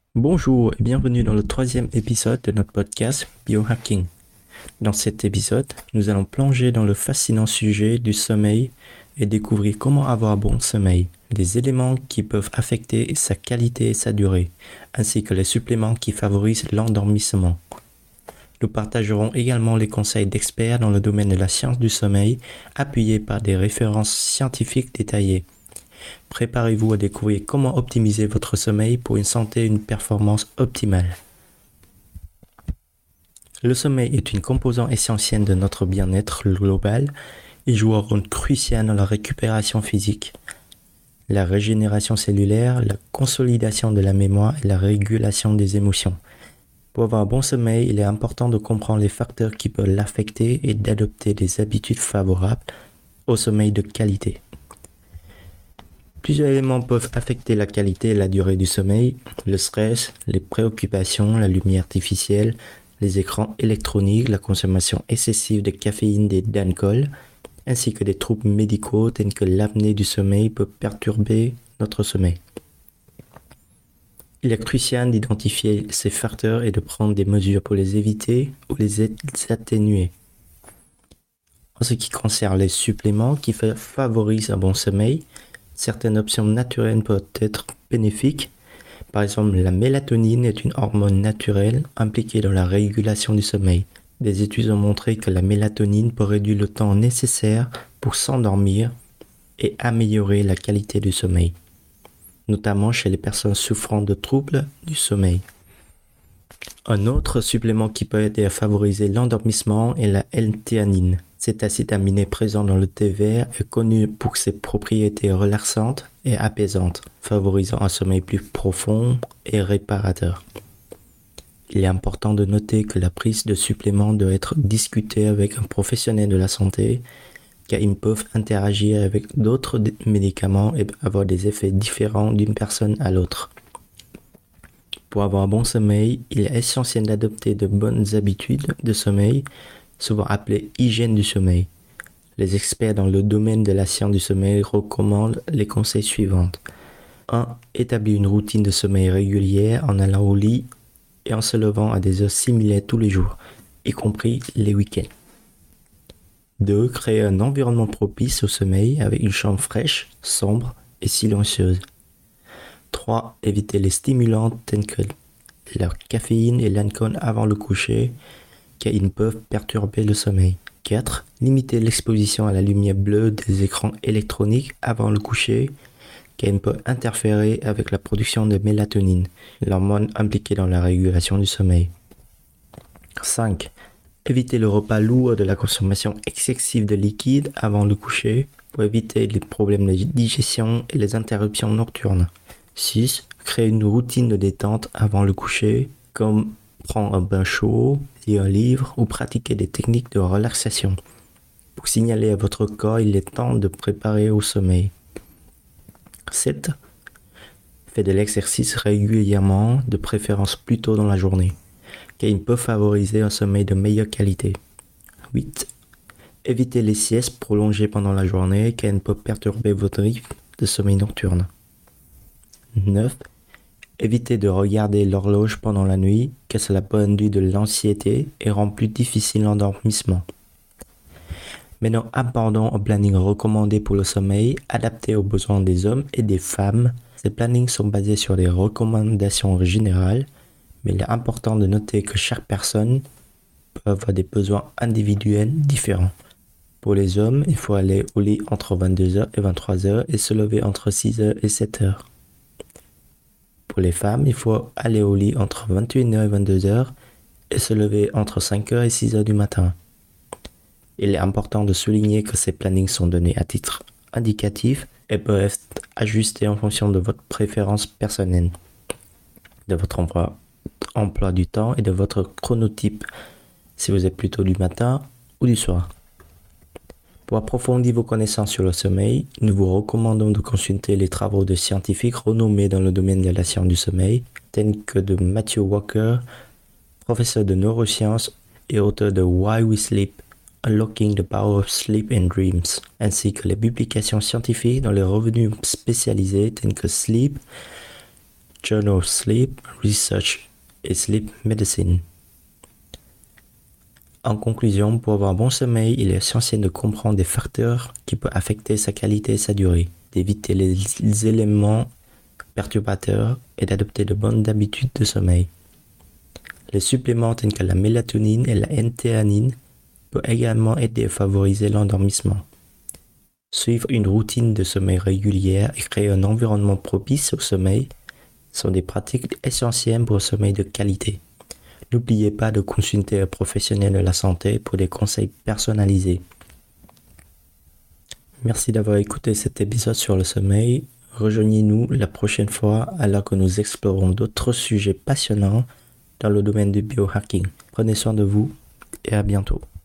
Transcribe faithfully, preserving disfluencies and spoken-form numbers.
Bonjour et bienvenue dans le troisième épisode de notre podcast Biohacking. Dans cet épisode, nous allons plonger dans le fascinant sujet du sommeil et découvrir comment avoir un bon sommeil, des éléments qui peuvent affecter sa qualité et sa durée, ainsi que les suppléments qui favorisent l'endormissement. Nous partagerons également les conseils d'experts dans le domaine de la science du sommeil, appuyés par des références scientifiques détaillées. Préparez-vous à découvrir comment optimiser votre sommeil pour une santé et une performance optimale. Le sommeil est une composante essentielle de notre bien-être global. Il joue un rôle crucial dans la récupération physique, la régénération cellulaire, la consolidation de la mémoire et la régulation des émotions. Pour avoir un bon sommeil, il est important de comprendre les facteurs qui peuvent l'affecter et d'adopter des habitudes favorables au sommeil de qualité. Plusieurs éléments peuvent affecter la qualité et la durée du sommeil: le stress, les préoccupations, la lumière artificielle, les écrans électroniques, la consommation excessive de caféine et d'alcool, ainsi que des troubles médicaux tels que l'apnée du sommeil peuvent perturber notre sommeil. Il est crucial d'identifier ces facteurs et de prendre des mesures pour les éviter ou les atténuer. En ce qui concerne les suppléments qui favorisent un bon sommeil, certaines options naturelles peuvent être bénéfiques. Par exemple, la mélatonine est une hormone naturelle impliquée dans la régulation du sommeil. Des études ont montré que la mélatonine peut réduire le temps nécessaire pour s'endormir et améliorer la qualité du sommeil, notamment chez les personnes souffrant de troubles du sommeil. Un autre supplément qui peut aider à favoriser l'endormissement est la L-théanine. Cet acide aminé présent dans le thé vert est connu pour ses propriétés relaxantes et apaisantes, favorisant un sommeil plus profond et réparateur. Il est important de noter que la prise de suppléments doit être discutée avec un professionnel de la santé, car ils peuvent interagir avec d'autres médicaments et avoir des effets différents d'une personne à l'autre. Pour avoir un bon sommeil, il est essentiel d'adopter de bonnes habitudes de sommeil, souvent appelées hygiène du sommeil. Les experts dans le domaine de la science du sommeil recommandent les conseils suivants. un. Établir une routine de sommeil régulière en allant au lit et en se levant à des heures similaires tous les jours, y compris les week-ends. deux. Créer un environnement propice au sommeil avec une chambre fraîche, sombre et silencieuse. trois. Éviter les stimulants tels que la caféine et l'alcool avant le coucher, car ils peuvent perturber le sommeil. quatre. Limiter l'exposition à la lumière bleue des écrans électroniques avant le coucher, car ils peuvent interférer avec la production de mélatonine, l'hormone impliquée dans la régulation du sommeil. cinq. Éviter le repas lourd de la consommation excessive de liquide avant le coucher pour éviter les problèmes de digestion et les interruptions nocturnes. six. Créer une routine de détente avant le coucher, comme prendre un bain chaud, lire un livre ou pratiquer des techniques de relaxation, pour signaler à votre corps il est temps de préparer au sommeil. sept. Faites de l'exercice régulièrement, de préférence plus tôt dans la journée, car il peut favoriser un sommeil de meilleure qualité. huit. Évitez les siestes prolongées pendant la journée, car elles peuvent perturber votre rythme de sommeil nocturne. neuf. Évitez de regarder l'horloge pendant la nuit, car cela peut induire de l'anxiété et rend plus difficile l'endormissement. Maintenant, abordons un planning recommandé pour le sommeil, adapté aux besoins des hommes et des femmes. Ces plannings sont basés sur des recommandations générales, mais il est important de noter que chaque personne peut avoir des besoins individuels différents. Pour les hommes, il faut aller au lit entre vingt-deux heures et vingt-trois heures et se lever entre six heures et sept heures. Pour les femmes, il faut aller au lit entre vingt et une heures et vingt-deux heures et se lever entre cinq heures et six heures du matin. Il est important de souligner que ces plannings sont donnés à titre indicatif et peuvent être ajustés en fonction de votre préférence personnelle, de votre emploi, emploi du temps et de votre chronotype, si vous êtes plutôt du matin ou du soir. Pour approfondir vos connaissances sur le sommeil, nous vous recommandons de consulter les travaux de scientifiques renommés dans le domaine de la science du sommeil, tels que de Matthew Walker, professeur de neurosciences et auteur de Why We Sleep, Unlocking the Power of Sleep and Dreams, ainsi que les publications scientifiques dans les revenus spécialisés tels que Sleep, Journal of Sleep Research et Sleep Medicine. En conclusion, pour avoir un bon sommeil, il est essentiel de comprendre des facteurs qui peuvent affecter sa qualité et sa durée, d'éviter les, les éléments perturbateurs et d'adopter de bonnes habitudes de sommeil. Les suppléments tels que la mélatonine et la N-théanine peuvent également aider à favoriser l'endormissement. Suivre une routine de sommeil régulière et créer un environnement propice au sommeil sont des pratiques essentielles pour un sommeil de qualité. N'oubliez pas de consulter un professionnel de la santé pour des conseils personnalisés. Merci d'avoir écouté cet épisode sur le sommeil. Rejoignez-nous la prochaine fois alors que nous explorons d'autres sujets passionnants dans le domaine du biohacking. Prenez soin de vous et à bientôt.